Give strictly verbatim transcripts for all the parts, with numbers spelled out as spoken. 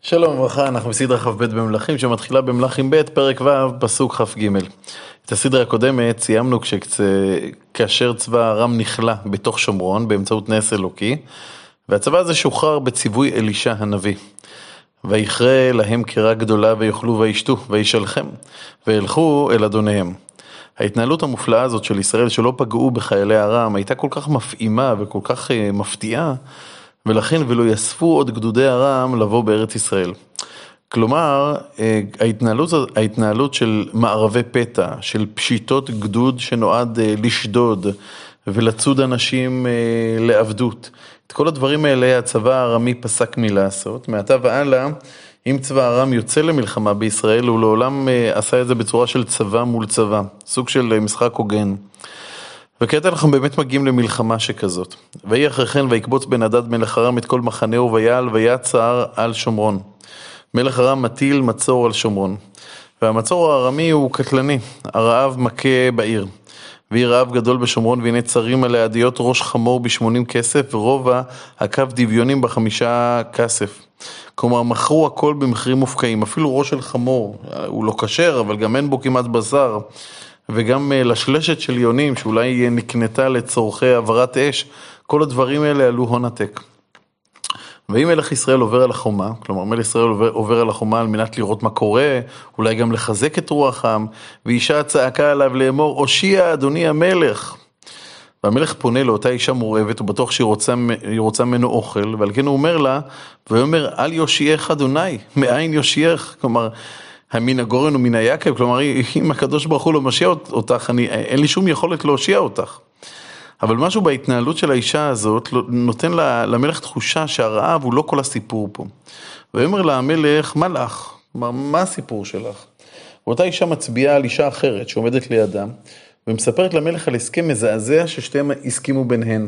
שלום וברכה, אנחנו בסדרה כ"ב במלכים שמתחילה במלכים ב' פרק ו' פסוק כ"ג. את הסדרה הקודמת סיימנו כאשר צבא ארם נכלה בתוך שומרון באמצעות נס אלוקי, והצבא הזה שוחרר בציווי אלישע הנביא. ויכרה להם קרא גדולה ויאכלו וישתו וישלחם וילכו אל אדוניהם. ההתנהלות המופלאה הזאת של ישראל שלא פגעו בחיילי ארם הייתה כל כך מפעימה וכל כך מפתיעה, ולכן ולא יספו עוד גדודי ארם לבוא בארץ ישראל. כלומר, ההתנהלות, ההתנהלות של מערבי פתע, של פשיטות גדוד שנועד לשדוד ולצוד אנשים לעבדות. את כל הדברים האלה הצבא הארמי פסק מלעשות. מעתה והלאה, אם צבא ארם יוצא למלחמה בישראל, הוא לעולם עשה את זה בצורה של צבא מול צבא, סוג של משחק הוגן. וכעת אנחנו באמת מגיעים למלחמה שכזאת. ויהי אחרי כן ויקבוץ בן הדד מלך ארם את כל מחנהו ויעל ויצר על שומרון. מלך ארם מטיל מצור על שומרון. והמצור הארמי הוא קטלני, הרעב מכה בעיר. ויהי רעב גדול בשומרון, והנה צרים עליה עדיות ראש חמור בשמונים כסף, ורובע הקו דביונים בחמישה כסף. כלומר, מכרו הכל במחירים מופקעים, אפילו ראש של חמור, הוא לא כשר, אבל גם אין בו כמעט בשר. וגם לשלשת של יונים שאולי נקנתה לצורכי עברת אש, כל הדברים האלה עלו הון עתק. ואם מלך ישראל עובר על החומה, כלומר מלך ישראל עובר, עובר על החומה על מנת לראות מה קורה, אולי גם לחזק את רוח העם, ואישה צעקה עליו לאמור, הושיע אדוני המלך. והמלך פונה לאותה אישה מורעבת, הוא בטוח שהיא רוצה, היא רוצה ממנו אוכל, ועל כן הוא אומר לה, והוא אומר, אל יושיעך אדוני, מאין יושיעך, כלומר, מן הגורן ומן היקב, כלומר, אם הקדוש ברוך הוא לא משיע אותך, אני, אין לי שום יכולת להושיע אותך. אבל משהו בהתנהלות של האישה הזאת נותן למלך תחושה שהרעב הוא לא כל הסיפור פה. ואומר לה המלך, מה לך? כלומר, מה הסיפור שלך? ואותה אישה מצביעה על אישה אחרת שעומדת לידה, ומספרת למלך על הסכם מזעזע ששתיהם הסכימו ביניהן.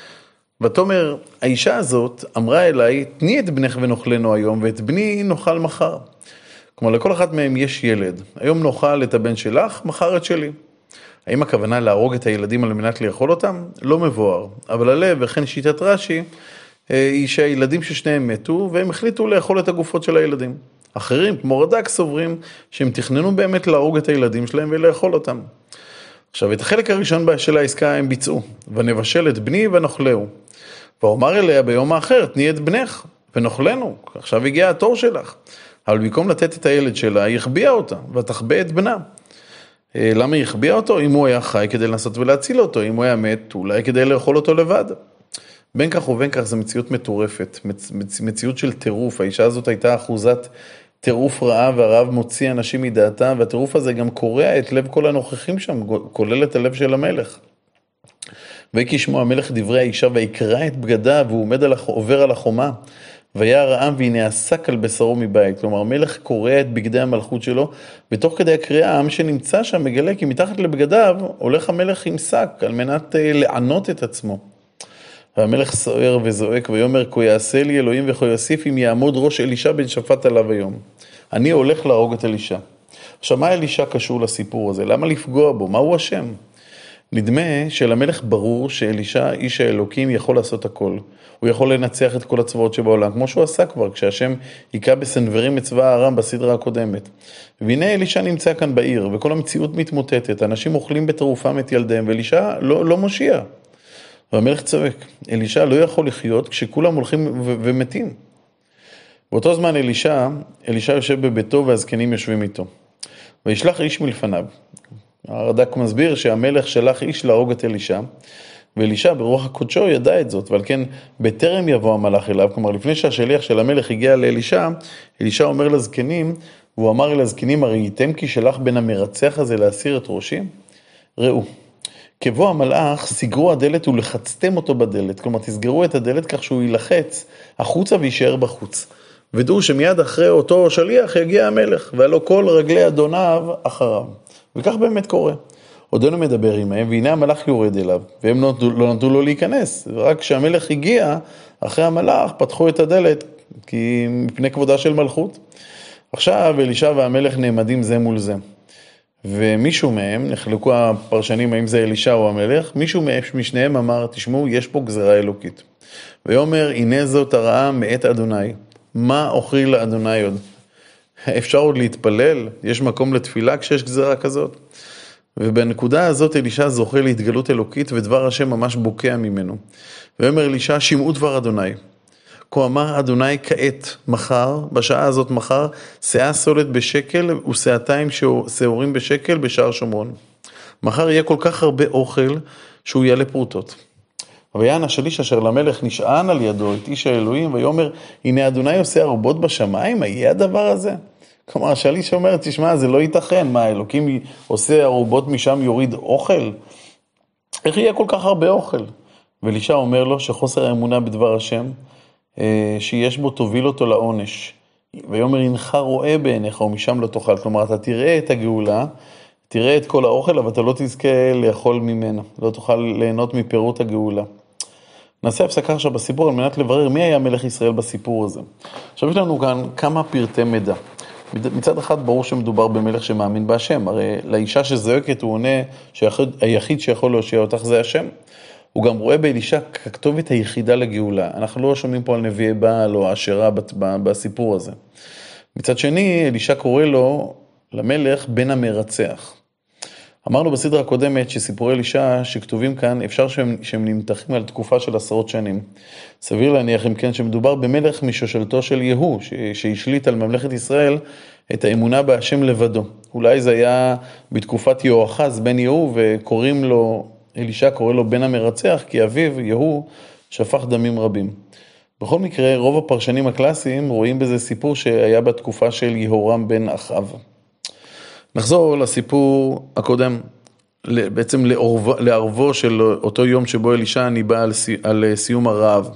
ותאמר, האישה הזאת אמרה אליי, תני את בנך ונאכלנו היום, ואת בני נאכל מחר. כלומר, לכל אחת מהם יש ילד. היום נאכל את הבן שלך, מחר את שלי. האם הכוונה להרוג את הילדים על מנת לאכול אותם? לא מבואר. אבל הלב, וכן שיטת רש"י, היא שהילדים ששניהם מתו, והם החליטו לאכול את הגופות של הילדים. אחרים, כמו רד"ק, סוברים שהם תכננו באמת להרוג את הילדים שלהם ולאכול אותם. עכשיו, את החלק הראשון של העסקה הם ביצעו, ונבשל את בני ונאכלהו. ואומר אליה ביום האחר, תני את בנך ונאכלנו. עכשיו הגיע התור שלך. אבל במקום לתת את הילד שלה, היא החביאה אותה, ותחבא את בנה. למה היא החביאה אותו? אם הוא היה חי כדי לנסות ולהציל אותו, אם הוא היה מת, אולי כדי לאכול אותו לבד. בין כך ובין כך זו מציאות מטורפת, מצ... מציאות של טירוף. האישה הזאת הייתה אחוזת טירוף רעה, והרעב מוציא אנשים מדעתה, והטירוף הזה גם קורע את לב כל הנוכחים שם, כולל את הלב של המלך. וכי שמוע המלך דברי האישה, ויקרע את בגדיו, והוא עומד על, עובר על החומה, וירא העם והנה עסק על בשרו מבית. כלומר, המלך קורע את בגדי המלכות שלו, ותוך כדי הקריאה העם שנמצא שם מגלה כי מתחת לבגדיו הולך המלך עם שק על מנת לענות את עצמו. והמלך סוער וזועק ויאמר, כה יעשה לי אלוהים וכה יוסיף אם יעמוד ראש אלישע בן שפט עליו היום. אני הולך להרוג את אלישע. עכשיו, מה אלישע קשור לסיפור הזה? למה לפגוע בו? מה הוא השם? נדמה שלמלך ברור שאלישע, איש האלוקים, יכול לעשות הכל. הוא יכול לנצח את כל הצבאות שבעולם, כמו שהוא עשה כבר, כשהשם היכה בסנוורים את צבא ארם בסדרה הקודמת. והנה אלישע נמצא כאן בעיר, וכל המציאות מתמוטטת, אנשים אוכלים בטירופם את ילדיהם, ואלישע לא, לא מושיע. והמלך צועק, אלישע לא יכול לחיות כשכולם הולכים ו- ומתים. באותו זמן אלישע, אלישע יושב בביתו והזקנים יושבים איתו. וישלח איש מלפניו. הרד"ק מסביר שהמלך שלח איש להרוג את אלישע, ואלישע ברוח הקודשו ידע את זאת, ועל כן בטרם יבוא המלאך אליו, כלומר לפני שהשליח של המלך הגיע לאלישע, אלישע אומר לזקנים, והוא אמר לזקנים, הראיתם כי שלח בין המרצח הזה להסיר את ראשי? ראו, כבוא המלאך סגרו הדלת ולחצתם אותו בדלת, כלומר תסגרו את הדלת כך שהוא ילחץ החוצה וישאר בחוץ. ודעו שמיד אחרי אותו שליח יגיע המלך, ועלו כל רגלי אדוניו אחריו. וכך באמת קורה. עודנו מדבר עמהם, והנה המלאך יורד אליו, והם לא, לא נתנו לו להיכנס. ורק כשהמלך הגיע, אחרי המלאך פתחו את הדלת, כי מפני כבודה של מלכות. עכשיו אלישע והמלך נעמדים זה מול זה. ומישהו מהם, נחלקו הפרשנים האם זה אלישע או המלך, מישהו משניהם אמר, תשמעו, יש פה גזרה אלוקית. ויאמר, הנה זאת הרעה מאת אדוני. מה אוכלי לאדוני עוד? אפשר עוד להתפלל? יש מקום לתפילה כשיש גזרה כזאת? ובנקודה הזאת אלישע זוכה להתגלות אלוקית, ודבר השם ממש בוקע ממנו. ואומר אלישע, שמעו דבר אדוני. כה אמר אדוני כעת, מחר, בשעה הזאת מחר, שאה סולת בשקל ושאתיים שעורים בשקל בשער שומרון. מחר יהיה כל כך הרבה אוכל שהוא יעלה פרוטות. ויען השליש אשר למלך נשען על ידו את איש האלוהים, ויאמר, הנה אדוני עושה ארובות בשמיים, יהיה הדבר הזה? כלומר, השליש אומר, תשמע, זה לא ייתכן, מה, אלוקים עושה ארובות משם יוריד אוכל? איך יהיה כל כך הרבה אוכל? ואלישע אומר לו שחוסר האמונה בדבר השם, שיש בו תוביל אותו לעונש. ויאמר, הנך רואה בעיניך ומשם לא תאכל. כלומר, אתה תראה את הגאולה, תראה את כל האוכל, אבל אתה לא תזכה לאכול ממנה. לא תוכל ליהנות מפירוט הגאולה. נעשה הפסקה עכשיו בסיפור על מנת לברר מי היה מלך ישראל בסיפור הזה. עכשיו יש לנו כאן כמה פרטי מידע. מצד אחד ברור שמדובר במלך שמאמין בהשם. הרי לאישה שזועקת הוא עונה שהיחיד שיכול להושיע אותך זה השם. הוא גם רואה באלישע ככתובת היחידה לגאולה. אנחנו לא שומעים פה על נביאי בעל או עשירה בסיפור הזה. מצד שני, אלישע קורא לו, למלך, בן המרצח. אמרנו בסדרה הקודמת שסיפורי אלישע שכתובים כאן, אפשר שהם, שהם נמתחים על תקופה של עשרות שנים. סביר להניח אם כן שמדובר במלך משושלתו של יהוא, שהשליט על ממלכת ישראל את האמונה בהשם לבדו. אולי זה היה בתקופת יהואחז בן יהוא, וקוראים לו, אלישע קורא לו בן המרצח, כי אביו יהוא שפך דמים רבים. בכל מקרה, רוב הפרשנים הקלאסיים רואים בזה סיפור שהיה בתקופה של יהורם בן אחאב. נחזור לסיפור הקודם, בעצם לערבו של אותו יום שבו אלישע ניבא על, סי, על סיום הרעב.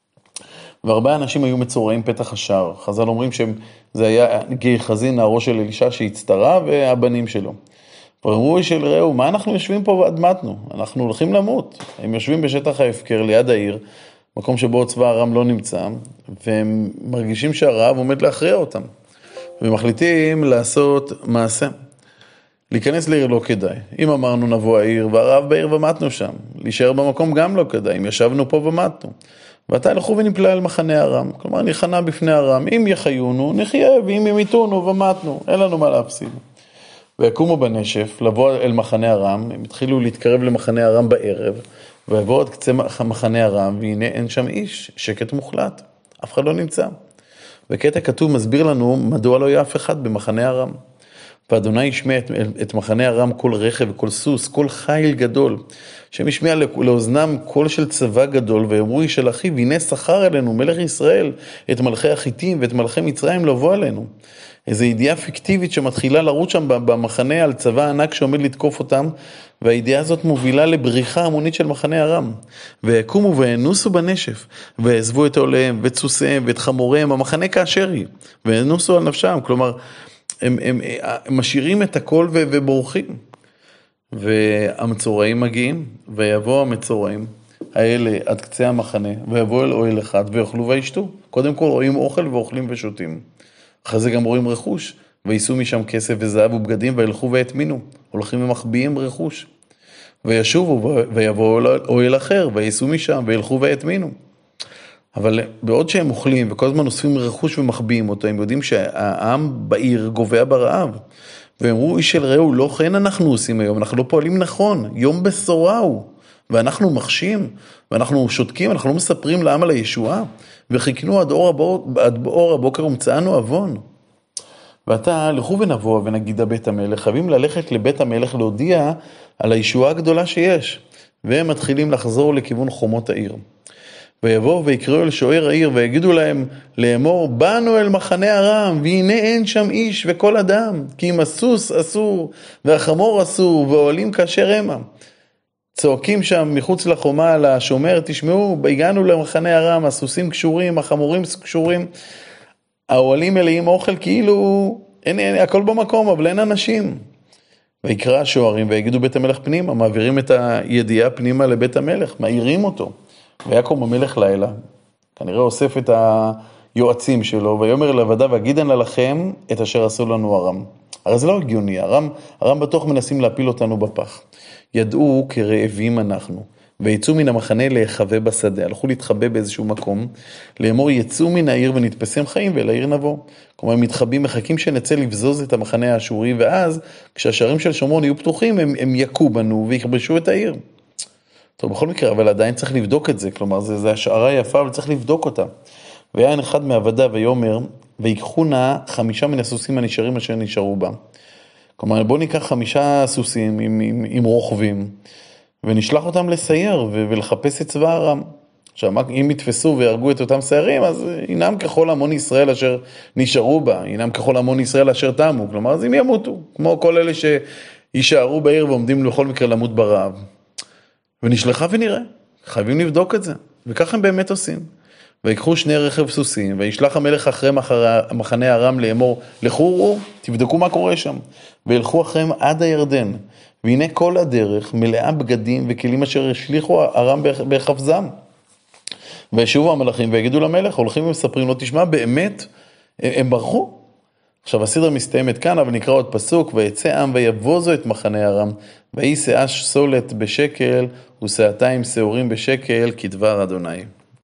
והרבה אנשים היו מצורעים פתח השער. חז"ל אומרים שזה היה גחזי נערו של אלישע שהצטרה והבנים שלו. ואמרו של ראו, מה אנחנו יושבים פה ועד מתנו? אנחנו הולכים למות. הם יושבים בשטח ההפקר ליד העיר, מקום שבו צבא ארם לא נמצא, והם מרגישים שהרעב עומד להכריע אותם. ומחליטים לעשות מעשה. להיכנס לעיר לא כדאי. אם אמרנו נבוא העיר, והרעב בעיר ומתנו שם. להישאר במקום גם לא כדאי, אם ישבנו פה ומתנו. ואתה הלכו ונפלא אל מחנה ארם. כלומר, ניחנה בפני ארם. אם יחיונו, נחיה, ואם ימיתונו ומתנו. אין לנו מה להפסיד. ויקומו בנשף, לבוא אל מחנה ארם. הם התחילו להתקרב למחנה ארם בערב. ויבוא עד קצה מחנה ארם, והנה אין שם איש, שקט מוחלט. אף אחד לא נמצא. וקטע כתוב מסביר לנו מדוע לא היה אף אחד במחנה ארם. ואדוני ישמע את, את מחנה ארם כל רכב וכל סוס, כל חיל גדול, שהם ישמע לאוזנם קול של צבא גדול, ואמרו איש אל אחיו, הנה שכר אלינו מלך ישראל, את מלכי החיתים ואת מלכי מצרים לבוא עלינו. איזו ידיעה פיקטיבית שמתחילה לרוץ שם במחנה על צבא ענק שעומד לתקוף אותם, והידיעה הזאת מובילה לבריחה המונית של מחנה ארם. ויקומו והנוסו בנשף, ועזבו את עוליהם ואת סוסיהם ואת חמוריהם, המחנה כאשר היא, והנוסו על נפשם, כלומר, הם, הם, הם משאירים את הכל ובורחים. והמצורעים מגיעים, ויבוא המצורעים האלה עד קצה המחנה, ויבוא אל אוהל אחד, ויאכלו וישתו. קודם כל רואים אוכל ואוכלים ושותים. אחרי זה גם רואים רכוש, וייסו משם כסף וזהב ובגדים, וילכו והטמינו, הולכים ומחביאים רכוש. וישובו ויבואו אוהל אחר, וייסו משם, וילכו והטמינו. אבל בעוד שהם אוכלים, וכל הזמן אוספים רכוש ומחביאים אותו, הם יודעים שהעם בעיר גובע ברעב. ואמרו, איש של ראו, לא כן אנחנו עושים היום, אנחנו לא פועלים נכון, יום בשורה הוא. ואנחנו מחשים, ואנחנו שותקים, אנחנו לא מספרים לעם על הישועה, וחיכנו עד אור, הבור, עד אור הבוקר ומצאנו אבון. ואתה, לכו ונבוא ונגיד לבית המלך, חייבים ללכת לבית המלך להודיע על הישועה הגדולה שיש, והם מתחילים לחזור לכיוון חומות העיר. ויבואו ויקראו אל שוער העיר, ויגידו להם לאמור, באנו אל מחנה ארם, והנה אין שם איש וכל אדם, כי אם הסוס אסור, והחמור אסור, ואוהלים כאשר המה. צועקים שם מחוץ לחומה לשומר, תשמעו, הגענו למחנה ארם, הסוסים קשורים, החמורים קשורים, האוהלים מלאים אוכל, כאילו, אין, אין, הכל במקום, אבל אין אנשים. ויקרא השוערים, ויגידו בית המלך פנימה, מעבירים את הידיעה פנימה לבית המלך, מעירים אותו. ויקום המלך לילה, כנראה אוסף את היועצים שלו, ויאמר לעבדיו, אגידן לכם את אשר עשו לנו ארם. הרי זה לא הגיוני, ארם, ארם בטוח מנסים להפיל אותנו בפח. ידעו כרעבים אנחנו, ויצאו מן המחנה להיחווה בשדה, הלכו להתחבא באיזשהו מקום, לאמור יצאו מן העיר ונתפסם חיים ואל העיר נבוא. כלומר, הם מתחבאים, מחכים שנצא לבזוז את המחנה האשורי, ואז כשהשערים של שומרון יהיו פתוחים, הם, הם יכו בנו ויכבשו את העיר. טוב, בכל מקרה, אבל עדיין צריך לבדוק את זה, כלומר, זה, זה השערה יפה, אבל צריך לבדוק אותה. והיה אחד מעבדיו ויאמר, ויקחו נא חמישה מן הסוסים הנשארים אשר נשארו בה. כלומר, בואו ניקח חמישה סוסים עם, עם, עם רוכבים, ונשלח אותם לסייר ולחפש את צבא ארם. עכשיו, אם יתפסו ויהרגו את אותם סיירים, אז אינם ככל המון ישראל אשר נשארו בה, אינם ככל המון ישראל אשר תמו, כלומר, אז הם ימותו, כמו כל אלה שישארו בעיר ועומדים לכל מקרה למות ברעב. ונשלחה ונראה, חייבים לבדוק את זה, וכך הם באמת עושים. ויקחו שני רכב סוסים, וישלח המלך אחרי מחנה ארם לאמור, לכו ראו, תבדקו מה קורה שם, וילכו אחריהם עד הירדן, והנה כל הדרך מלאה בגדים וכלים אשר השליחו ארם בחפזם. וישובו המלאכים ויגידו למלך, הולכים ומספרים לו, תשמע, באמת, הם ברחו. עכשיו הסדרה מסתיימת כאן, אבל נקרא עוד פסוק, ויצא עם ויבוזו את מחנה ארם, ויהי שאה סולת בשקל, ושאתיים שעורים בשקל, כדבר אדוני.